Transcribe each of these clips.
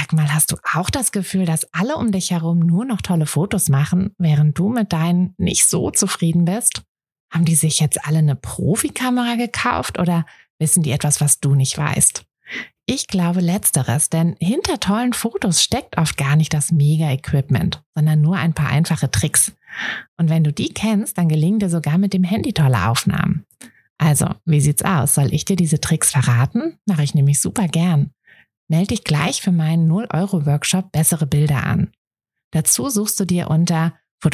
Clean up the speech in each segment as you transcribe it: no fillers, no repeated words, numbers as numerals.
Sag mal, hast du auch das Gefühl, dass alle um dich herum nur noch tolle Fotos machen, während du mit deinen nicht so zufrieden bist? Haben die sich jetzt alle eine Profikamera gekauft oder wissen die etwas, was du nicht weißt? Ich glaube letzteres, denn hinter tollen Fotos steckt oft gar nicht das Mega-Equipment, sondern nur ein paar einfache Tricks. Und wenn du die kennst, dann gelingen dir sogar mit dem Handy tolle Aufnahmen. Also, wie sieht's aus? Soll ich dir diese Tricks verraten? Mache ich nämlich super gern. Melde dich gleich für meinen 0-Euro-Workshop Bessere Bilder an. Dazu suchst du dir unter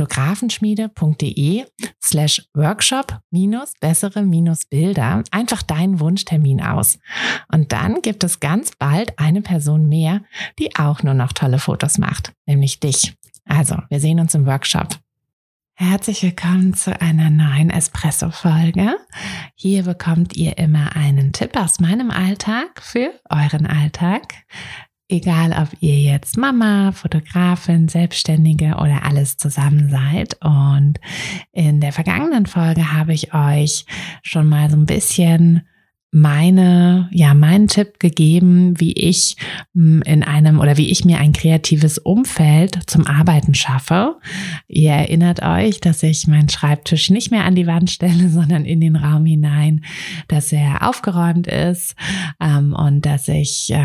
fotografenschmiede.de/workshop-bessere-bilder einfach deinen Wunschtermin aus. Und dann gibt es ganz bald eine Person mehr, die auch nur noch tolle Fotos macht, nämlich dich. Also, wir sehen uns im Workshop. Herzlich willkommen zu einer neuen Espresso-Folge. Hier bekommt ihr immer einen Tipp aus meinem Alltag für euren Alltag. Egal, ob ihr jetzt Mama, Fotografin, Selbstständige oder alles zusammen seid. Und in der vergangenen Folge habe ich euch schon mal so ein bisschen meinen Tipp gegeben, wie ich mir ein kreatives Umfeld zum Arbeiten schaffe. Ihr erinnert euch, dass ich meinen Schreibtisch nicht mehr an die Wand stelle, sondern in den Raum hinein, dass er aufgeräumt ist und dass ich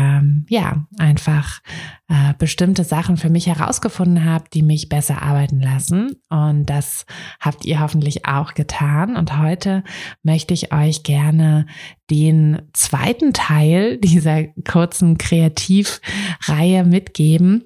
einfach bestimmte Sachen für mich herausgefunden habe, die mich besser arbeiten lassen. Und das habt ihr hoffentlich auch getan. Und heute möchte ich euch gerne den zweiten Teil dieser kurzen Kreativreihe mitgeben.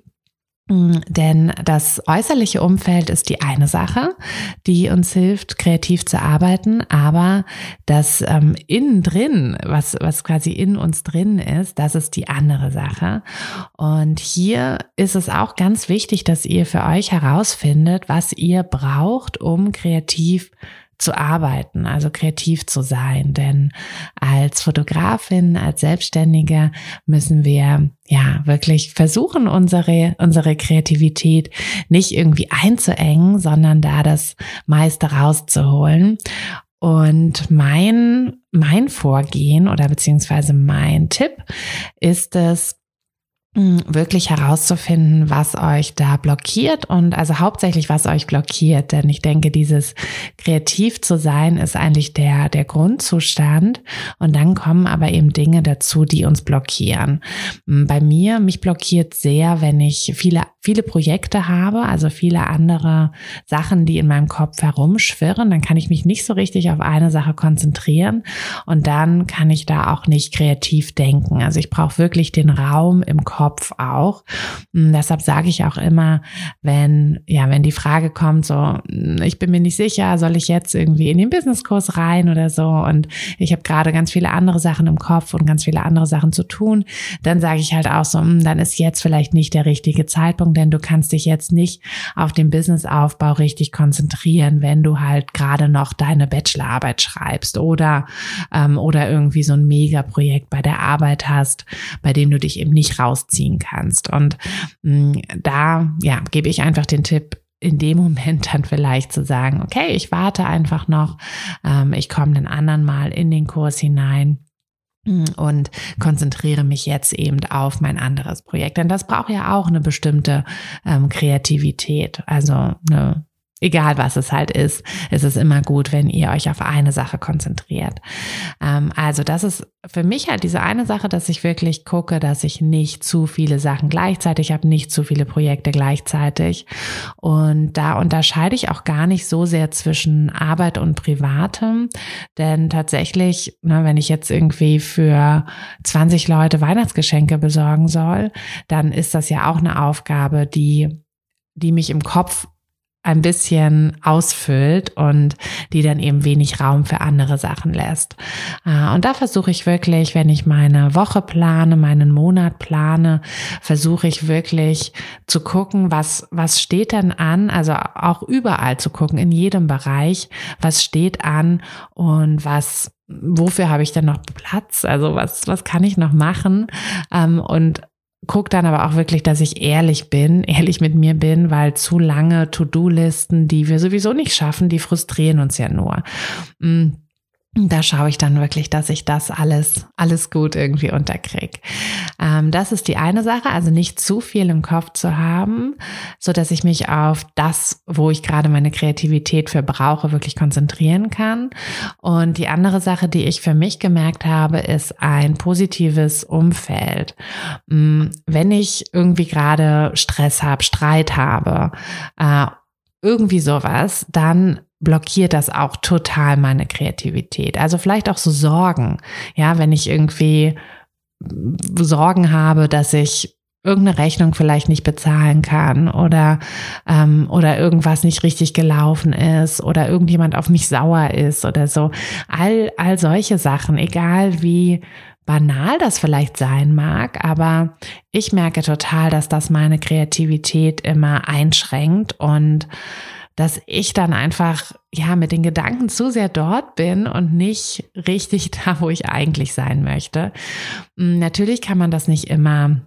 Denn das äußerliche Umfeld ist die eine Sache, die uns hilft, kreativ zu arbeiten, aber das innen drin, was quasi in uns drin ist, das ist die andere Sache. Und hier ist es auch ganz wichtig, dass ihr für euch herausfindet, was ihr braucht, um kreativ zu arbeiten, also kreativ zu sein. Denn als Fotografin, als Selbstständige müssen wir wirklich versuchen, unsere Kreativität nicht irgendwie einzuengen, sondern da das meiste rauszuholen. Und mein Vorgehen oder beziehungsweise mein Tipp ist es, wirklich herauszufinden, was euch da blockiert und also hauptsächlich, was euch blockiert. Denn ich denke, dieses kreativ zu sein ist eigentlich der Grundzustand und dann kommen aber eben Dinge dazu, die uns blockieren. Mich blockiert sehr, wenn ich viele Projekte habe, also viele andere Sachen, die in meinem Kopf herumschwirren, dann kann ich mich nicht so richtig auf eine Sache konzentrieren und dann kann ich da auch nicht kreativ denken. Also ich brauche wirklich den Raum im Kopf auch. Deshalb sage ich auch immer, wenn die Frage kommt, so, ich bin mir nicht sicher, soll ich jetzt irgendwie in den Businesskurs rein oder so und ich habe gerade ganz viele andere Sachen im Kopf und ganz viele andere Sachen zu tun, dann sage ich halt auch so, dann ist jetzt vielleicht nicht der richtige Zeitpunkt, denn du kannst dich jetzt nicht auf den Businessaufbau richtig konzentrieren, wenn du halt gerade noch deine Bachelorarbeit schreibst oder irgendwie so ein Megaprojekt bei der Arbeit hast, bei dem du dich eben nicht rausziehen kannst. Und da gebe ich einfach den Tipp, in dem Moment dann vielleicht zu sagen, okay, ich warte einfach noch, ich komme den anderen Mal in den Kurs hinein und konzentriere mich jetzt eben auf mein anderes Projekt. Denn das braucht ja auch eine bestimmte Kreativität, also egal was es halt ist, es ist immer gut, wenn ihr euch auf eine Sache konzentriert. Also das ist für mich halt diese eine Sache, dass ich wirklich gucke, dass ich nicht zu viele Sachen gleichzeitig habe, nicht zu viele Projekte gleichzeitig. Und da unterscheide ich auch gar nicht so sehr zwischen Arbeit und Privatem. Denn tatsächlich, wenn ich jetzt irgendwie für 20 Leute Weihnachtsgeschenke besorgen soll, dann ist das ja auch eine Aufgabe, die mich im Kopf ein bisschen ausfüllt und die dann eben wenig Raum für andere Sachen lässt. Und da versuche ich wirklich, wenn ich meine Woche plane, meinen Monat plane, versuche ich wirklich zu gucken, was steht denn an, also auch überall zu gucken, in jedem Bereich, was steht an und wofür habe ich denn noch Platz, also was kann ich noch machen und guck dann aber auch wirklich, dass ich ehrlich mit mir bin, weil zu lange To-Do-Listen, die wir sowieso nicht schaffen, die frustrieren uns ja nur. Da schaue ich dann wirklich, dass ich das alles gut irgendwie unterkriege. Das ist die eine Sache, also nicht zu viel im Kopf zu haben, so dass ich mich auf das, wo ich gerade meine Kreativität für brauche, wirklich konzentrieren kann. Und die andere Sache, die ich für mich gemerkt habe, ist ein positives Umfeld. Wenn ich irgendwie gerade Stress habe, Streit habe, irgendwie sowas, dann blockiert das auch total meine Kreativität. Also vielleicht auch so Sorgen. Ja, wenn ich irgendwie Sorgen habe, dass ich irgendeine Rechnung vielleicht nicht bezahlen kann oder irgendwas nicht richtig gelaufen ist oder irgendjemand auf mich sauer ist oder so. All solche Sachen, egal wie banal das vielleicht sein mag, aber ich merke total, dass das meine Kreativität immer einschränkt und dass ich dann einfach mit den Gedanken zu sehr dort bin und nicht richtig da, wo ich eigentlich sein möchte. Natürlich kann man das nicht immer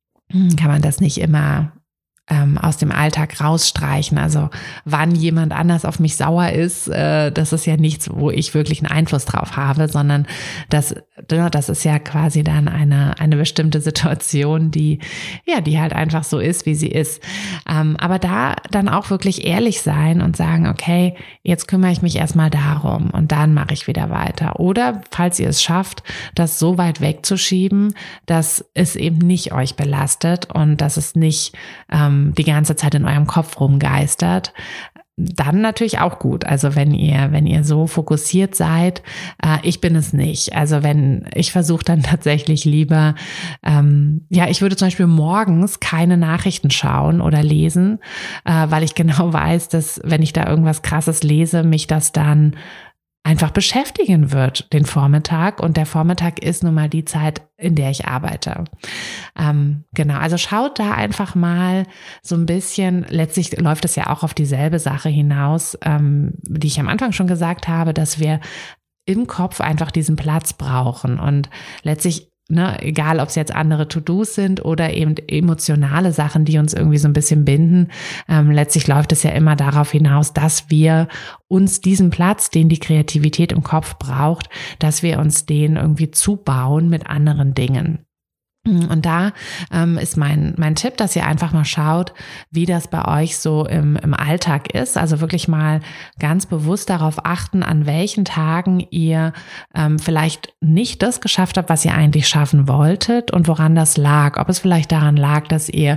aus dem Alltag rausstreichen. Also wann jemand anders auf mich sauer ist, das ist ja nichts, wo ich wirklich einen Einfluss drauf habe, sondern das ist ja quasi dann eine bestimmte Situation, die halt einfach so ist, wie sie ist. Aber da dann auch wirklich ehrlich sein und sagen, okay, jetzt kümmere ich mich erstmal darum und dann mache ich wieder weiter. Oder falls ihr es schafft, das so weit wegzuschieben, dass es eben nicht euch belastet und dass es nicht die ganze Zeit in eurem Kopf rumgeistert, dann natürlich auch gut. Also wenn ihr so fokussiert seid, ich bin es nicht. Also ich versuche dann tatsächlich lieber, ich würde zum Beispiel morgens keine Nachrichten schauen oder lesen, weil ich genau weiß, dass wenn ich da irgendwas Krasses lese, mich das dann einfach beschäftigen wird, den Vormittag. Und der Vormittag ist nun mal die Zeit, in der ich arbeite. Genau, also schaut da einfach mal so ein bisschen, letztlich läuft es ja auch auf dieselbe Sache hinaus, die ich am Anfang schon gesagt habe, dass wir im Kopf einfach diesen Platz brauchen und letztlich egal ob es jetzt andere To-Dos sind oder eben emotionale Sachen, die uns irgendwie so ein bisschen binden, letztlich läuft es ja immer darauf hinaus, dass wir uns diesen Platz, den die Kreativität im Kopf braucht, dass wir uns den irgendwie zubauen mit anderen Dingen. Und da ist mein Tipp, dass ihr einfach mal schaut, wie das bei euch so im Alltag ist. Also wirklich mal ganz bewusst darauf achten, an welchen Tagen ihr vielleicht nicht das geschafft habt, was ihr eigentlich schaffen wolltet und woran das lag. Ob es vielleicht daran lag, dass ihr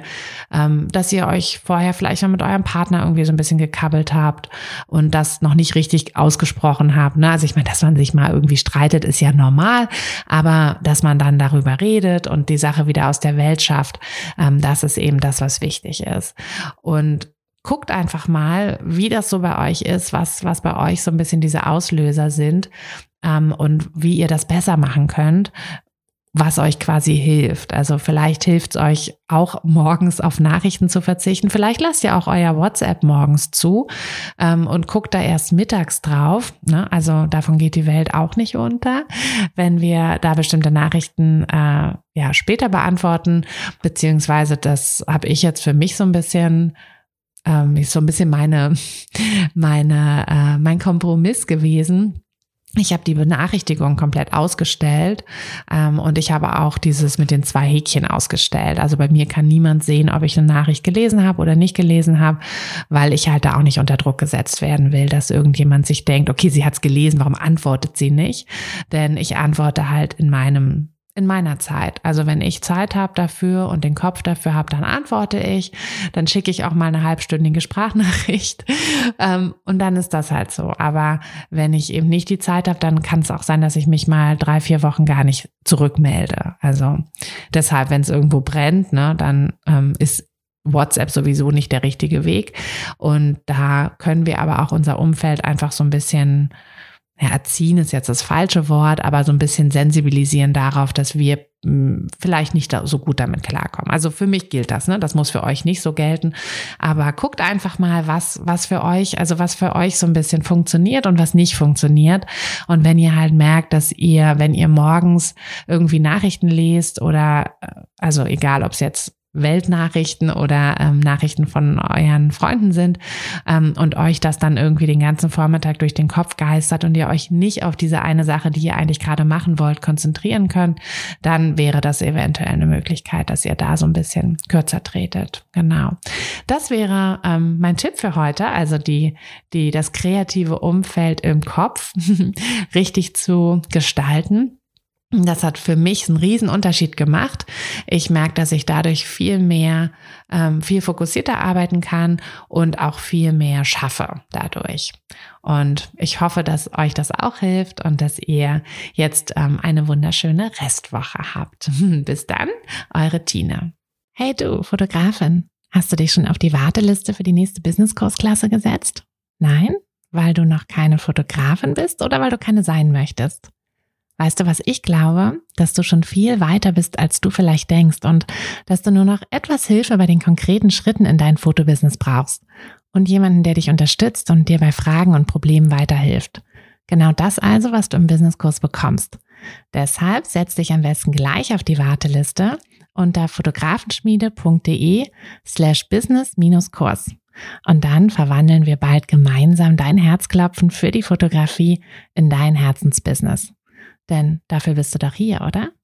euch vorher vielleicht mal mit eurem Partner irgendwie so ein bisschen gekabbelt habt und das noch nicht richtig ausgesprochen habt. Also ich meine, dass man sich mal irgendwie streitet, ist ja normal, aber dass man dann darüber redet und die Sache wieder aus der Welt schafft, das ist eben das, was wichtig ist. Und guckt einfach mal, wie das so bei euch ist, was bei euch so ein bisschen diese Auslöser sind und wie ihr das besser machen könnt, was euch quasi hilft. Also vielleicht hilft es euch auch morgens auf Nachrichten zu verzichten. Vielleicht lasst ihr auch euer WhatsApp morgens zu und guckt da erst mittags drauf. Also davon geht die Welt auch nicht unter, wenn wir da bestimmte Nachrichten später beantworten. Beziehungsweise das habe ich jetzt für mich so ein bisschen mein Kompromiss gewesen. Ich habe die Benachrichtigung komplett ausgestellt und ich habe auch dieses mit den 2 Häkchen ausgestellt. Also bei mir kann niemand sehen, ob ich eine Nachricht gelesen habe oder nicht gelesen habe, weil ich halt da auch nicht unter Druck gesetzt werden will, dass irgendjemand sich denkt, okay, sie hat es gelesen, warum antwortet sie nicht? Denn ich antworte halt in meiner Zeit. Also wenn ich Zeit habe dafür und den Kopf dafür habe, dann antworte ich, dann schicke ich auch mal eine halbstündige Sprachnachricht und dann ist das halt so. Aber wenn ich eben nicht die Zeit habe, dann kann es auch sein, dass ich mich mal 3-4 Wochen gar nicht zurückmelde. Also deshalb, wenn es irgendwo brennt, dann ist WhatsApp sowieso nicht der richtige Weg. Und da können wir aber auch unser Umfeld einfach so ein bisschen erziehen ist jetzt das falsche Wort, aber so ein bisschen sensibilisieren darauf, dass wir vielleicht nicht so gut damit klarkommen. Also für mich gilt das, das muss für euch nicht so gelten, aber guckt einfach mal, was für euch so ein bisschen funktioniert und was nicht funktioniert. Und wenn ihr halt merkt, dass wenn ihr morgens irgendwie Nachrichten lest oder, also egal, ob es jetzt Weltnachrichten oder Nachrichten von euren Freunden sind und euch das dann irgendwie den ganzen Vormittag durch den Kopf geistert und ihr euch nicht auf diese eine Sache, die ihr eigentlich gerade machen wollt, konzentrieren könnt, dann wäre das eventuell eine Möglichkeit, dass ihr da so ein bisschen kürzer tretet. Genau. Das wäre mein Tipp für heute, also das kreative Umfeld im Kopf richtig zu gestalten. Das hat für mich einen riesen Unterschied gemacht. Ich merke, dass ich dadurch viel fokussierter arbeiten kann und auch viel mehr schaffe dadurch. Und ich hoffe, dass euch das auch hilft und dass ihr jetzt eine wunderschöne Restwoche habt. Bis dann, eure Tina. Hey du, Fotografin, hast du dich schon auf die Warteliste für die nächste Business-Kursklasse gesetzt? Nein? Weil du noch keine Fotografin bist oder weil du keine sein möchtest? Weißt du, was ich glaube? Dass du schon viel weiter bist, als du vielleicht denkst und dass du nur noch etwas Hilfe bei den konkreten Schritten in dein Fotobusiness brauchst und jemanden, der dich unterstützt und dir bei Fragen und Problemen weiterhilft. Genau das also, was du im Businesskurs bekommst. Deshalb setz dich am besten gleich auf die Warteliste unter fotografenschmiede.de/business-Kurs. Und dann verwandeln wir bald gemeinsam dein Herzklopfen für die Fotografie in dein Herzensbusiness. Denn dafür bist du doch hier, oder?